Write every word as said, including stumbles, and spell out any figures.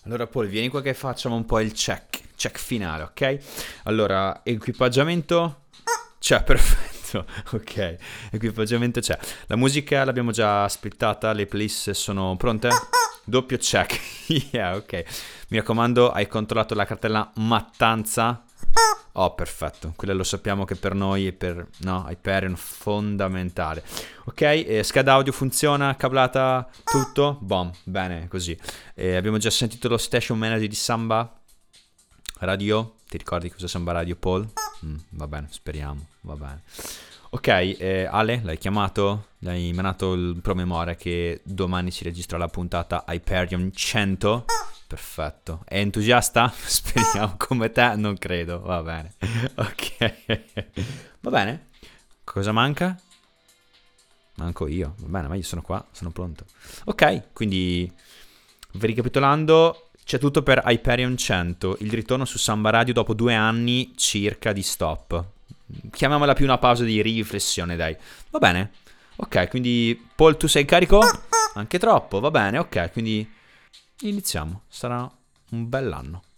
Allora Paul, vieni qua che facciamo un po' il check, check finale, ok? Allora, equipaggiamento c'è, perfetto, ok, equipaggiamento c'è. La musica l'abbiamo già splittata, le playlist sono pronte? Doppio check, yeah, ok. Mi raccomando, hai controllato la cartella mattanza? Oh, perfetto, quello lo sappiamo che per noi e per no, Hyperion fondamentale. Ok, eh, scheda audio funziona, cablata, tutto? Bom, bene, così. Eh, abbiamo già sentito lo station manager di Samba Radio. Ti ricordi cosa Samba Radio, Paul? Mm, va bene, speriamo, va bene. Ok, eh, Ale, l'hai chiamato? Gli hai mandato il promemoria che domani si registra la puntata Hyperion cento? Perfetto. È entusiasta? Speriamo come te, non credo. Va bene. Ok. Va bene. Cosa manca? Manco io. Va bene, ma io sono qua, sono pronto. Ok, quindi ricapitolando, c'è tutto per Hyperion cento, il ritorno su Samba Radio dopo due anni circa di stop. Chiamiamola più una pausa di riflessione, dai. Va bene. Ok, quindi Paul, tu sei carico? Anche troppo, va bene, ok, quindi iniziamo. Sarà un bell'anno.